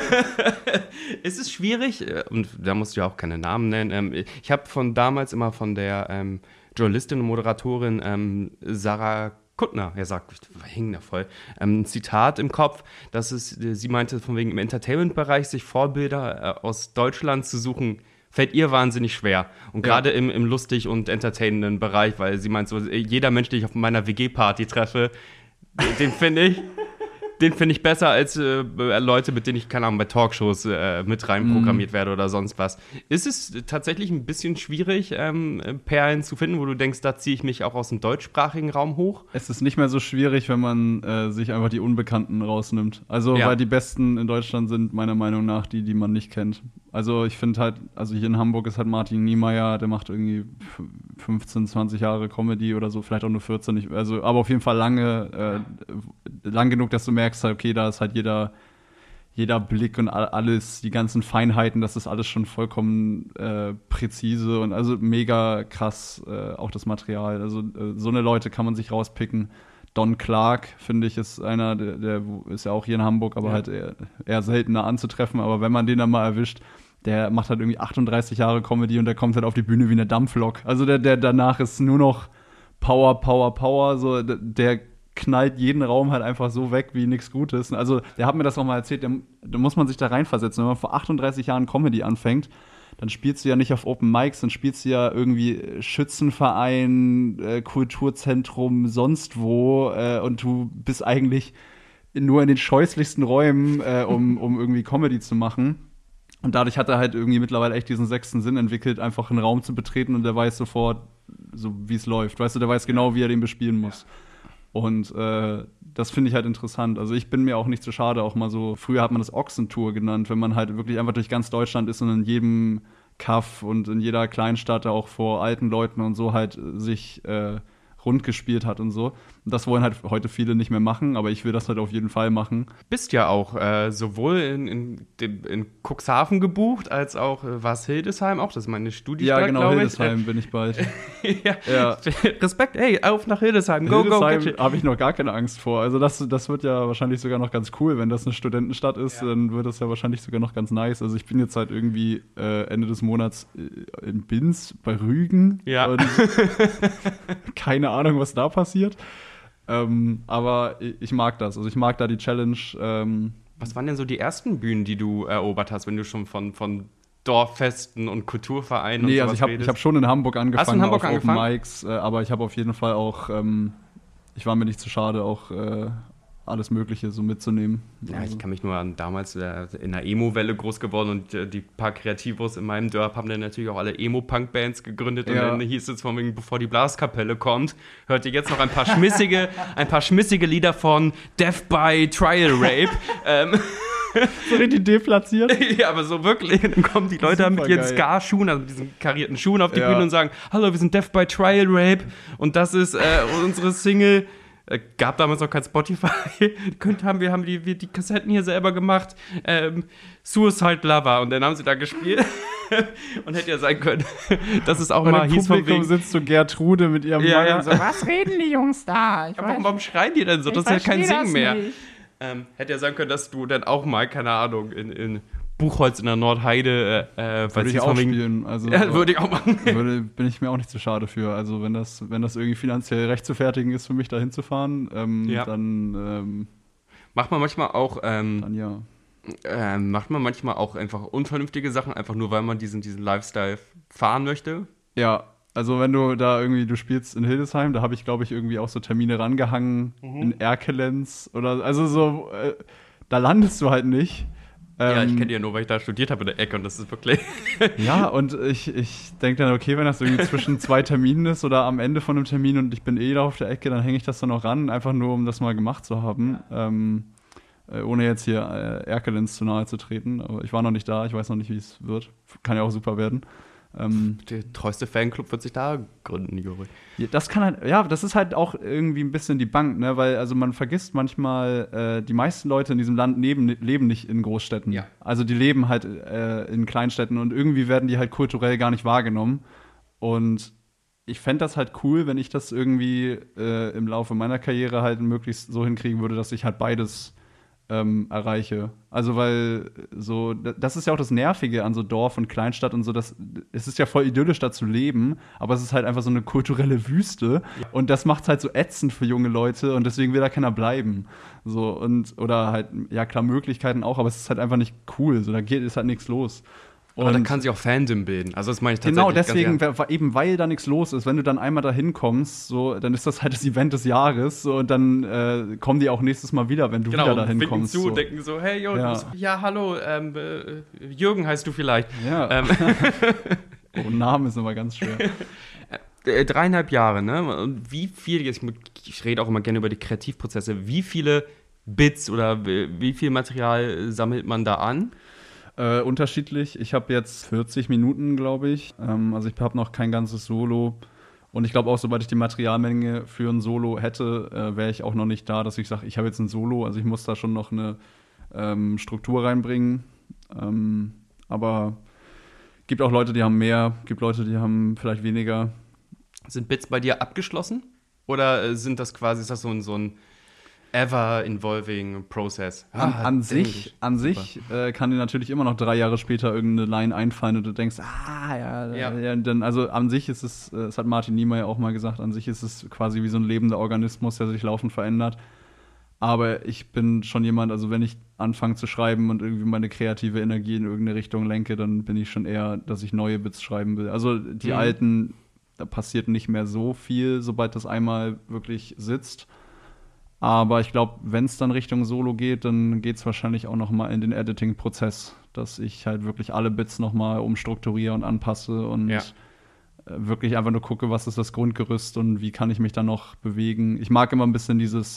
Es ist schwierig, und da musst du ja auch keine Namen nennen. Ich habe damals immer von der Journalistin und Moderatorin Sarah Kuttner, hing da voll, ein Zitat im Kopf, dass sie meinte, von wegen im Entertainment-Bereich sich Vorbilder aus Deutschland zu suchen, fällt ihr wahnsinnig schwer. Und gerade im lustig und entertainenden Bereich, weil sie meint so, jeder Mensch, den ich auf meiner WG-Party treffe, den finde ich besser als Leute, mit denen ich, keine Ahnung, bei Talkshows mit reinprogrammiert werde oder sonst was. Ist es tatsächlich ein bisschen schwierig, Perlen zu finden, wo du denkst, da ziehe ich mich auch aus dem deutschsprachigen Raum hoch? Es ist nicht mehr so schwierig, wenn man sich einfach die Unbekannten rausnimmt. Also, weil die Besten in Deutschland sind meiner Meinung nach die man nicht kennt. Also, ich finde halt, also hier in Hamburg ist halt Martin Niemeyer, der macht irgendwie 15, 20 Jahre Comedy oder so, vielleicht auch nur 14. Aber auf jeden Fall lang genug, dass du merkst, okay, da ist halt jeder Blick und alles, die ganzen Feinheiten, das ist alles schon vollkommen präzise und also mega krass, auch das Material. Also so eine Leute kann man sich rauspicken. Don Clark, finde ich, ist einer, der ist ja auch hier in Hamburg, aber halt eher seltener anzutreffen. Aber wenn man den dann mal erwischt, der macht halt irgendwie 38 Jahre Comedy und der kommt halt auf die Bühne wie eine Dampflok. Also der danach ist nur noch Power, Power, Power, so, der knallt jeden Raum halt einfach so weg wie nichts Gutes. Also, der hat mir das auch mal erzählt, da muss man sich da reinversetzen. Wenn man vor 38 Jahren Comedy anfängt, dann spielst du ja nicht auf Open Mics, dann spielst du ja irgendwie Schützenverein, Kulturzentrum, sonst wo und du bist eigentlich nur in den scheußlichsten Räumen, um irgendwie Comedy zu machen. Und dadurch hat er halt irgendwie mittlerweile echt diesen 6. Sinn entwickelt, einfach einen Raum zu betreten und der weiß sofort, so wie es läuft. Weißt du, der weiß genau, wie er den bespielen muss. Und das finde ich halt interessant. Also ich bin mir auch nicht zu schade, auch mal so, früher hat man das Ochsentour genannt, wenn man halt wirklich einfach durch ganz Deutschland ist und in jedem Kaff und in jeder Kleinstadt auch vor alten Leuten und so halt sich rund gespielt hat und so. Und das wollen halt heute viele nicht mehr machen, aber ich will das halt auf jeden Fall machen. Bist ja auch sowohl in Cuxhaven gebucht, als auch, war es Hildesheim auch? Das ist meine Studiestadt, ja, genau, glaube ich. Hildesheim bin ich bald. ja. Respekt, ey, auf nach Hildesheim, go, Hildesheim habe ich noch gar keine Angst vor. Also das wird ja wahrscheinlich sogar noch ganz cool, wenn das eine Studentenstadt ist, dann wird das ja wahrscheinlich sogar noch ganz nice. Also ich bin jetzt halt irgendwie Ende des Monats in Binz bei Rügen. Ja. Und keine Ahnung, was da passiert. Aber ich mag das. Also ich mag da die Challenge. Was waren denn so die ersten Bühnen, die du erobert hast, wenn du schon von Dorffesten und Kulturvereinen und sowas also ich hab schon in Hamburg angefangen. Hast du in Hamburg auf angefangen? Open Mics, aber ich habe auf jeden Fall auch, ich war mir nicht zu schade, auch alles Mögliche so mitzunehmen. Ja, Also. ich kann mich nur an damals in der Emo-Welle groß geworden und die paar Kreativos in meinem Dorf haben dann natürlich auch alle Emo-Punk-Bands gegründet und dann hieß es von wegen, bevor die Blaskapelle kommt, hört ihr jetzt noch ein paar schmissige Lieder von Death by Trial Rape. So richtig deplatziert. Ja, aber so wirklich. Dann kommen die Leute mit ihren Ska-Schuhen, also mit diesen karierten Schuhen auf die Bühne und sagen, hallo, wir sind Death by Trial Rape und das ist unsere Single. Gab damals noch kein Spotify. haben wir die Kassetten hier selber gemacht. Suicide Lover. Und dann haben sie da gespielt. Und hätte ja sein können, dass es auch mal hieß von wegen... sitzt so Gertrude mit ihrem Mann und so, was reden die Jungs da? Warum schreien die denn so? Das ist ja kein Singen mehr. Hätte ja sein können, dass du dann auch mal, keine Ahnung, in Buchholz in der Nordheide, würde ich auch spielen. Also, würde ich auch machen. Bin ich mir auch nicht zu schade für. Also wenn das irgendwie finanziell recht zu fertigen ist, für mich da hinzufahren, dann macht man manchmal auch dann ja. Macht man manchmal auch einfach unvernünftige Sachen, einfach nur weil man diesen Lifestyle fahren möchte? Ja, also wenn du da irgendwie, du spielst in Hildesheim, da habe ich, glaube ich, irgendwie auch so Termine rangehangen, in Erkelenz oder, also so, da landest du halt nicht. Ja, ich kenne die ja nur, weil ich da studiert habe in der Ecke und das ist wirklich... Ja, und ich denke dann, okay, wenn das irgendwie zwischen 2 Terminen ist oder am Ende von einem Termin und ich bin da auf der Ecke, dann hänge ich das dann noch ran, einfach nur, um das mal gemacht zu haben. Ohne jetzt hier Erkelenz zu nahe zu treten. Aber ich war noch nicht da, ich weiß noch nicht, wie es wird. Kann ja auch super werden. Der treueste Fanclub wird sich da gründen, Juri. Ja, das ist halt auch irgendwie ein bisschen die Bank, ne? Weil also man vergisst manchmal, die meisten Leute in diesem Land leben nicht in Großstädten. Ja. Also die leben halt in Kleinstädten und irgendwie werden die halt kulturell gar nicht wahrgenommen. Und ich fände das halt cool, wenn ich das irgendwie im Laufe meiner Karriere halt möglichst so hinkriegen würde, dass ich halt beides erreiche. Also weil so, das ist ja auch das Nervige an so Dorf und Kleinstadt und so, es ist ja voll idyllisch da zu leben, aber es ist halt einfach so eine kulturelle Wüste und das macht es halt so ätzend für junge Leute und deswegen will da keiner bleiben. So oder halt, ja klar, Möglichkeiten auch, aber es ist halt einfach nicht cool, so da ist halt nichts los. Aber da kann sich auch Fandom bilden. Also das meine ich tatsächlich. Genau, deswegen, eben weil da nichts los ist, wenn du dann einmal da hinkommst, so, dann ist das halt das Event des Jahres so, und dann kommen die auch nächstes Mal wieder, wenn du wieder da hinkommst. Zu, denken so, hey, yo, hallo, Jürgen heißt du vielleicht. Ja. Oh, Name ist immer ganz schwer. 3,5 Jahre, ne? Und wie viel, ich rede auch immer gerne über die Kreativprozesse, wie viele Bits oder wie viel Material sammelt man da an? Unterschiedlich. Ich habe jetzt 40 Minuten, glaube ich. Also ich habe noch kein ganzes Solo. Und ich glaube auch, sobald ich die Materialmenge für ein Solo hätte, wäre ich auch noch nicht da, dass ich sage, ich habe jetzt ein Solo. Also ich muss da schon noch eine Struktur reinbringen. Aber gibt auch Leute, die haben mehr, gibt Leute, die haben vielleicht weniger. Sind Bits bei dir abgeschlossen? Oder ist das so ein ever-involving process. An sich kann dir natürlich immer noch 3 Jahre später irgendeine Line einfallen und du denkst, dann, also an sich ist es, das hat Martin Niemeyer auch mal gesagt, an sich ist es quasi wie so ein lebender Organismus, der sich laufend verändert. Aber ich bin schon jemand, also wenn ich anfange zu schreiben und irgendwie meine kreative Energie in irgendeine Richtung lenke, dann bin ich schon eher, dass ich neue Bits schreiben will. Also die alten, da passiert nicht mehr so viel, sobald das einmal wirklich sitzt. Aber ich glaube, wenn es dann Richtung Solo geht, dann geht es wahrscheinlich auch noch mal in den Editing-Prozess, dass ich halt wirklich alle Bits noch mal umstrukturiere und anpasse und wirklich einfach nur gucke, was ist das Grundgerüst und wie kann ich mich dann noch bewegen. Ich mag immer ein bisschen dieses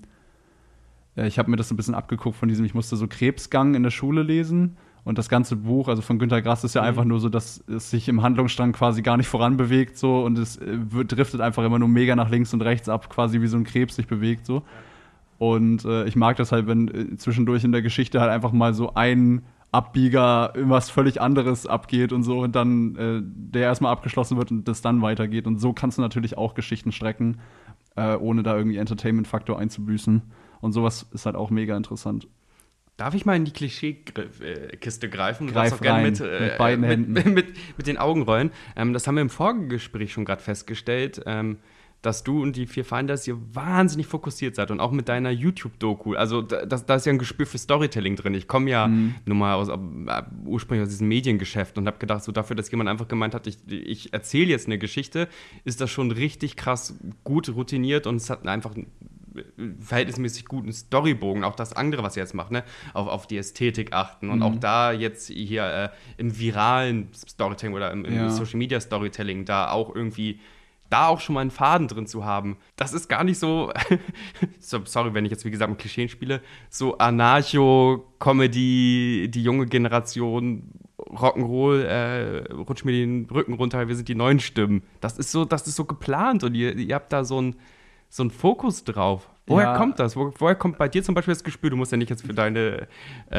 ich habe mir das ein bisschen abgeguckt von diesem, ich musste so Krebsgang in der Schule lesen. Und das ganze Buch, also von Günter Grass, ist ja einfach nur so, dass es sich im Handlungsstrang quasi gar nicht voranbewegt so und es driftet einfach immer nur mega nach links und rechts ab, quasi wie so ein Krebs sich bewegt so. Und ich mag das halt, wenn zwischendurch in der Geschichte halt einfach mal so ein Abbieger irgendwas völlig anderes abgeht und so und dann der erstmal abgeschlossen wird und das dann weitergeht. Und so kannst du natürlich auch Geschichten strecken, ohne da irgendwie Entertainment-Faktor einzubüßen. Und sowas ist halt auch mega interessant. Darf ich mal in die Klischee-Kiste greifen? Greif rein, mit beiden Händen. Mit den Augen rollen. Das haben wir im Vorgespräch schon gerade festgestellt, dass du und die 4 Finders hier wahnsinnig fokussiert seid und auch mit deiner YouTube-Doku. Also da ist ja ein Gespür für Storytelling drin. Ich komme ja nun mal ursprünglich aus diesem Mediengeschäft und habe gedacht, so dafür, dass jemand einfach gemeint hat, ich erzähle jetzt eine Geschichte, ist das schon richtig krass gut routiniert und es hat einfach verhältnismäßig guten Storybogen, auch das andere, was ihr jetzt macht, ne? auf die Ästhetik achten und auch da jetzt hier im viralen Storytelling oder im Social Media Storytelling da auch irgendwie schon mal einen Faden drin zu haben. Das ist gar nicht so, sorry, wenn ich jetzt wie gesagt mit Klischeen spiele, so Anarcho-Comedy, die junge Generation, Rock'n'Roll, rutscht mir den Rücken runter, wir sind die neuen Stimmen. Das ist so geplant und ihr habt da so einen Fokus drauf. Woher kommt das? Woher kommt bei dir zum Beispiel das Gespür? Du musst ja nicht jetzt für deine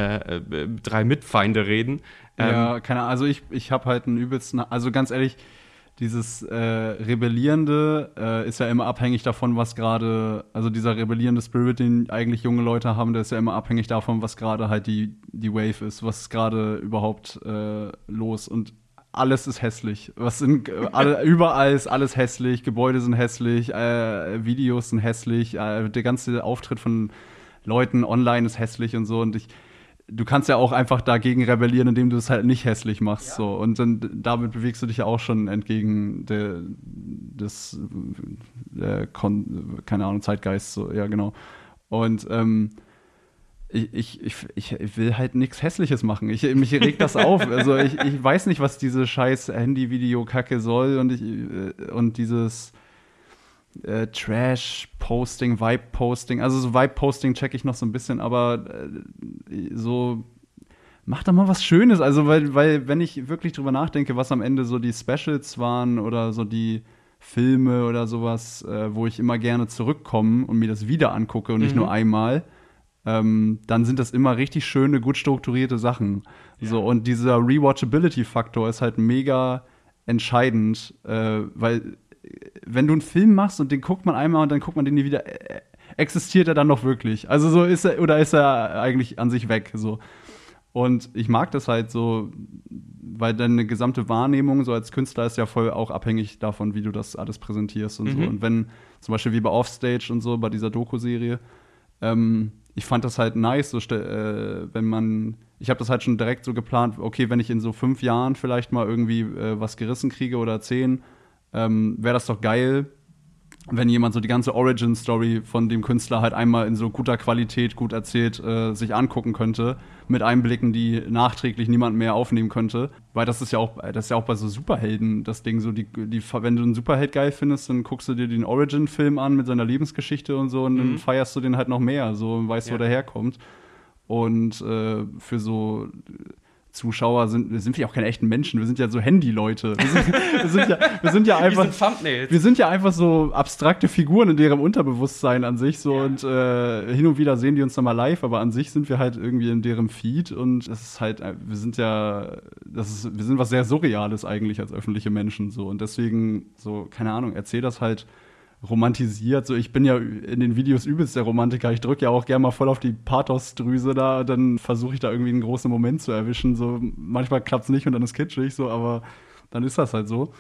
3 Mitfeinde reden. Ja, keine Ahnung. Also ich habe halt einen übelsten, also ganz ehrlich, dieses Rebellierende ist ja immer abhängig davon, was gerade, also dieser rebellierende Spirit, den eigentlich junge Leute haben, der ist ja immer abhängig davon, was gerade halt die Wave ist, was ist gerade überhaupt los und alles ist hässlich. Überall ist alles hässlich, Gebäude sind hässlich, Videos sind hässlich, der ganze Auftritt von Leuten online ist hässlich und so. Und du kannst ja auch einfach dagegen rebellieren, indem du es halt nicht hässlich machst. Ja. So. Und dann damit bewegst du dich ja auch schon entgegen keine Ahnung, Zeitgeist. So. Ja, genau. Und ich will halt nichts Hässliches machen. Mich regt das auf. Also ich weiß nicht, was diese scheiß Handy-Video-Kacke soll und dieses Trash-Posting, Vibe-Posting. Also so Vibe-Posting check ich noch so ein bisschen, aber so mach doch mal was Schönes. Also weil wenn ich wirklich drüber nachdenke, was am Ende so die Specials waren oder so die Filme oder sowas, wo ich immer gerne zurückkomme und mir das wieder angucke und nicht nur einmal, dann sind das immer richtig schöne, gut strukturierte Sachen. Ja. So, und dieser Rewatchability-Faktor ist halt mega entscheidend, weil wenn du einen Film machst und den guckt man einmal und dann guckt man den nie wieder, existiert er dann noch wirklich? Also so ist er eigentlich an sich weg? So. Und ich mag das halt so, weil deine gesamte Wahrnehmung so als Künstler ist ja voll auch abhängig davon, wie du das alles präsentierst und so. Und wenn, zum Beispiel wie bei Offstage und so, bei dieser Doku-Serie, ich fand das halt nice, so, ich habe das halt schon direkt so geplant, okay, wenn ich in so 5 Jahren vielleicht mal irgendwie was gerissen kriege oder 10, wäre das doch geil, wenn jemand so die ganze Origin-Story von dem Künstler halt einmal in so guter Qualität, gut erzählt, sich angucken könnte, mit Einblicken, die nachträglich niemand mehr aufnehmen könnte. Weil das ist ja auch bei so Superhelden das Ding, so wenn du einen Superheld geil findest, dann guckst du dir den Origin-Film an mit seiner Lebensgeschichte und so und dann feierst du den halt noch mehr, so und weißt, wo der herkommt. Und für so Zuschauer sind wir auch keine echten Menschen, wir sind ja so Handy-Leute. Wir sind ja einfach Thumbnails. Wir sind ja einfach so abstrakte Figuren in deren Unterbewusstsein an sich so und hin und wieder sehen die uns dann mal live, aber an sich sind wir halt irgendwie in deren Feed und es ist halt, wir sind was sehr Surreales eigentlich als öffentliche Menschen so und deswegen so, keine Ahnung, erzähl das halt romantisiert. So, ich bin ja in den Videos übelst der Romantiker. Ich drücke ja auch gerne mal voll auf die Pathos-Drüse da. Dann versuche ich da irgendwie einen großen Moment zu erwischen. So, manchmal klappt es nicht und dann ist kitschig, so, aber dann ist das halt so.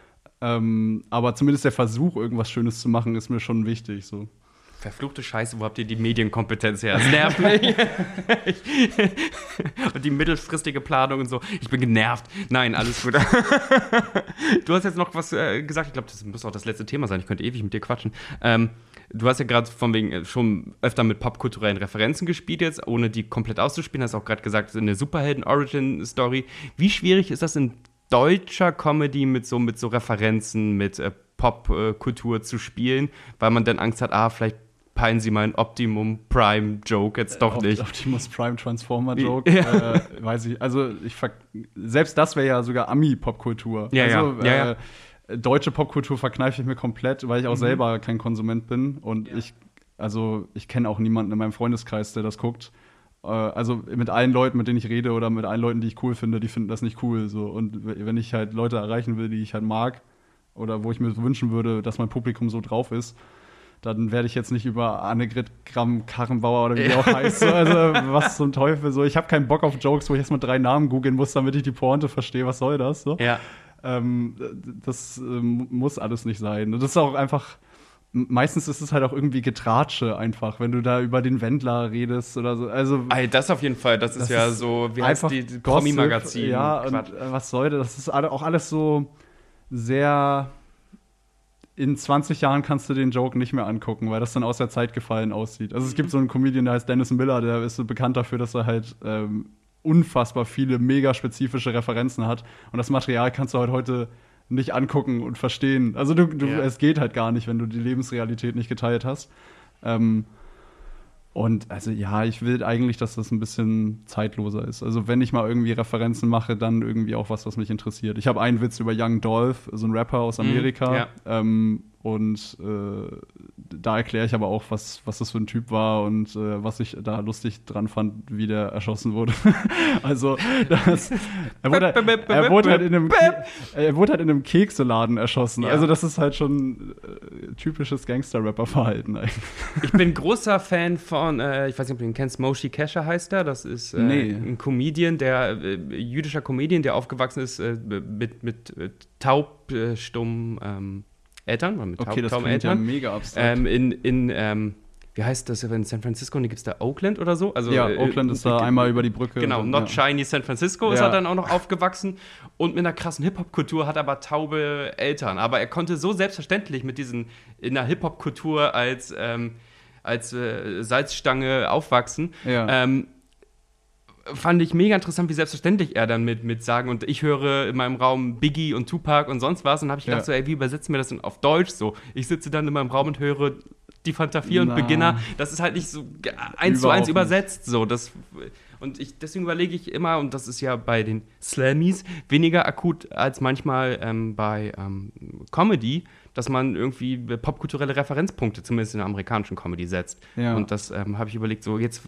Aber zumindest der Versuch, irgendwas Schönes zu machen, ist mir schon wichtig. So. Verfluchte Scheiße, wo habt ihr die Medienkompetenz her? Das nervt mich. Und die mittelfristige Planung und so. Ich bin genervt. Nein, alles gut. Du hast jetzt noch was gesagt. Ich glaube, das muss auch das letzte Thema sein. Ich könnte ewig mit dir quatschen. Du hast ja gerade von wegen schon öfter mit popkulturellen Referenzen gespielt jetzt, ohne die komplett auszuspielen. Hast auch gerade gesagt, es ist eine Superhelden-Origin-Story. Wie schwierig ist das in deutscher Comedy mit so Referenzen, mit Popkultur zu spielen, weil man dann Angst hat, vielleicht peilen sie meinen Optimum Prime Joke jetzt doch nicht. Optimus Prime Transformer Joke, weiß ich. Also selbst das wäre ja sogar Ami-Popkultur. Ja. Deutsche Popkultur verkneife ich mir komplett, weil ich auch selber kein Konsument bin. Und ich kenne auch niemanden in meinem Freundeskreis, der das guckt. Also mit allen Leuten, mit denen ich rede oder mit allen Leuten, die ich cool finde, die finden das nicht cool. So. Und wenn ich halt Leute erreichen will, die ich halt mag oder wo ich mir wünschen würde, dass mein Publikum so drauf ist, dann werde ich jetzt nicht über Annegret Kramp-Karrenbauer oder wie die auch heißt. So, also was zum Teufel. So, ich habe keinen Bock auf Jokes, wo ich erstmal 3 Namen googeln muss, damit ich die Pointe verstehe. Was soll das? So? Ja. Das muss alles nicht sein. Das ist auch einfach. Meistens ist es halt auch irgendwie Getratsche einfach, wenn du da über den Wendler redest oder so. Also, das auf jeden Fall, das ist ja so, wie heißt die Promi-Magazin. Ja, und was soll das? Das ist auch alles so sehr. In 20 Jahren kannst du den Joke nicht mehr angucken, weil das dann aus der Zeit gefallen aussieht. Also es gibt so einen Comedian, der heißt Dennis Miller, der ist so bekannt dafür, dass er halt unfassbar viele mega spezifische Referenzen hat. Und das Material kannst du halt heute nicht angucken und verstehen. Also es geht halt gar nicht, wenn du die Lebensrealität nicht geteilt hast. Und also ich will eigentlich, dass das ein bisschen zeitloser ist. Also wenn ich mal irgendwie Referenzen mache, dann irgendwie auch was mich interessiert. Ich habe einen Witz über Young Dolph, so ein Rapper aus Amerika. Und da erkläre ich aber auch, was das für ein Typ war und was ich da lustig dran fand, wie der erschossen wurde. Also er wurde halt in einem Kekseladen erschossen. Ja. Also das ist halt schon typisches Gangster-Rapper-Verhalten eigentlich. Ich bin großer Fan von, ich weiß nicht, ob du ihn kennst, Moshe Kasher heißt er. Das ist ein Comedian, jüdischer Comedian, der aufgewachsen ist mit taubstumm Eltern, oder mit okay, das klingt Eltern. Ja mega abstrakt. Wie heißt das in San Francisco? Und gibt es da Oakland oder so? Also, Oakland ist da einmal über die Brücke. Genau, Not Shiny San Francisco ist er dann auch noch aufgewachsen. Und mit einer krassen Hip-Hop-Kultur, hat aber taube Eltern. Aber er konnte so selbstverständlich in der Hip-Hop-Kultur als Salzstange aufwachsen. Ja. Fand ich mega interessant, wie selbstverständlich er dann mit sagen. Und ich höre in meinem Raum Biggie und Tupac und sonst was. Und habe ich gedacht, wie übersetzen wir das denn auf Deutsch so? Ich sitze dann in meinem Raum und höre die Fanta 4 und Beginner. Das ist halt nicht so 1:1 übersetzt. So. Deswegen überlege ich immer, und das ist ja bei den Slammies weniger akut als manchmal bei Comedy, dass man irgendwie popkulturelle Referenzpunkte, zumindest in der amerikanischen Comedy, setzt. Ja. Und das habe ich überlegt, so jetzt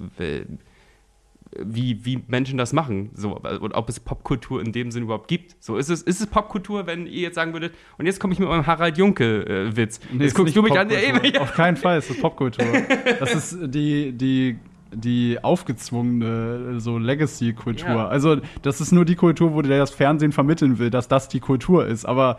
wie Menschen das machen, so, und ob es Popkultur in dem Sinn überhaupt gibt. So, ist es Popkultur, wenn ihr jetzt sagen würdet, und jetzt komme ich mit meinem Harald Junke-Witz. Nee, jetzt guckst du mich an. Auf keinen Fall ist es Popkultur. Das ist die aufgezwungene so Legacy-Kultur. Ja. Also das ist nur die Kultur, wo der das Fernsehen vermitteln will, dass das die Kultur ist. Aber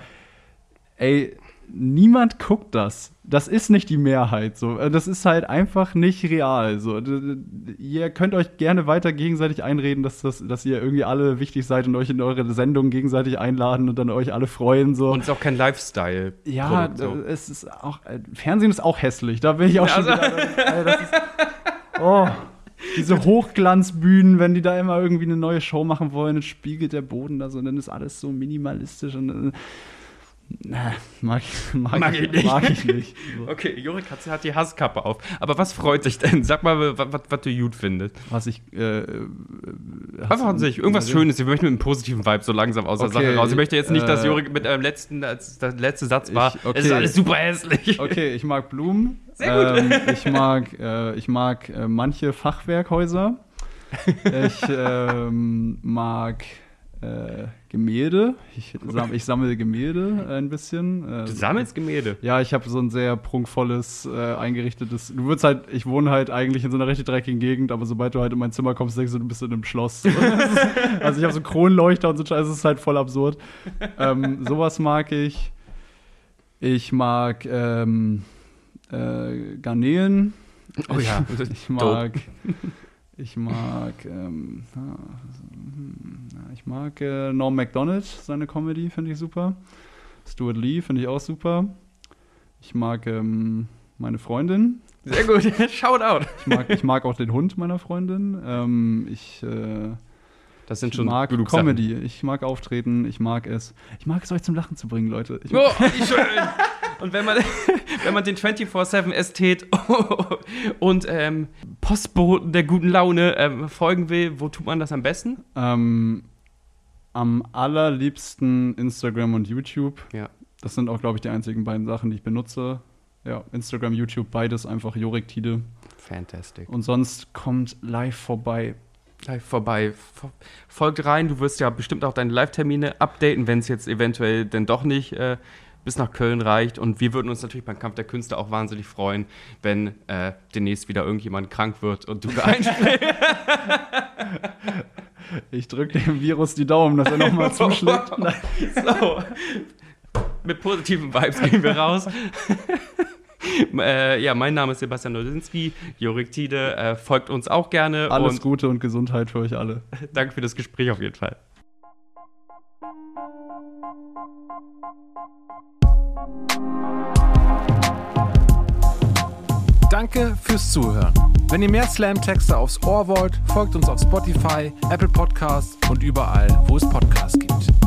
niemand guckt das. Das ist nicht die Mehrheit. So. Das ist halt einfach nicht real. So. Ihr könnt euch gerne weiter gegenseitig einreden, dass ihr irgendwie alle wichtig seid und euch in eure Sendungen gegenseitig einladen und dann euch alle freuen. So. Und es ist auch kein Lifestyle. Ja, es ist auch. Fernsehen ist auch hässlich. Da bin ich auch schon wieder. Das ist, diese Hochglanzbühnen, wenn die da immer irgendwie eine neue Show machen wollen, dann spiegelt der Boden da so und dann ist alles so minimalistisch und mag ich nicht. So. Okay, Jorik hat die Hasskappe auf. Aber was freut dich denn? Sag mal, was du gut findest. Was ich einfach an sich. Irgendwas Schönes. Ich möchte mit einem positiven Vibe so langsam aus der Sache raus. Ich möchte jetzt nicht, dass Jorik mit einem als der letzte Satz war, es ist alles super hässlich. Okay, ich mag Blumen. Sehr gut. Ich mag manche Fachwerkhäuser. Ich mag Gemälde. Ich sammle Gemälde ein bisschen. Du sammelst Gemälde? Ja, ich habe so ein sehr prunkvolles, eingerichtetes. Ich wohne halt eigentlich in so einer richtig dreckigen Gegend, aber sobald du halt in mein Zimmer kommst, denkst du bist in einem Schloss. Also ich habe so Kronleuchter und so, also es ist halt voll absurd. Sowas mag ich. Ich mag Garnelen. Oh ja, Ich mag Norm Macdonald, seine Comedy finde ich super. Stuart Lee finde ich auch super. Ich mag meine Freundin. Sehr gut, Shoutout. Ich mag auch den Hund meiner Freundin. Das sind schon mag genug Comedy. Sachen. Ich mag Auftreten. Ich mag es, euch zum Lachen zu bringen, Leute. Wie schön. Und wenn man den 24/7-Ästhet und Postboten der guten Laune folgen will, wo tut man das am besten? Am allerliebsten Instagram und YouTube. Ja. Das sind auch, glaube ich, die einzigen beiden Sachen, die ich benutze. Ja, Instagram, YouTube, beides einfach Jorik Tiede. Fantastic. Und sonst kommt live vorbei. Live vorbei. Folgt rein. Du wirst ja bestimmt auch deine Live-Termine updaten, wenn es jetzt eventuell denn doch nicht bis nach Köln reicht. Und wir würden uns natürlich beim Kampf der Künste auch wahnsinnig freuen, wenn demnächst wieder irgendjemand krank wird und du einspringst. Ich drücke dem Virus die Daumen, dass er nochmal zuschlägt. So. Mit positiven Vibes gehen wir raus. Mein Name ist Sebastian Nodinski, Jorik Tiede, folgt uns auch gerne. Alles Gute und Gesundheit für euch alle. Danke für das Gespräch auf jeden Fall. Danke fürs Zuhören. Wenn ihr mehr Slam-Texte aufs Ohr wollt, folgt uns auf Spotify, Apple Podcasts und überall, wo es Podcasts gibt.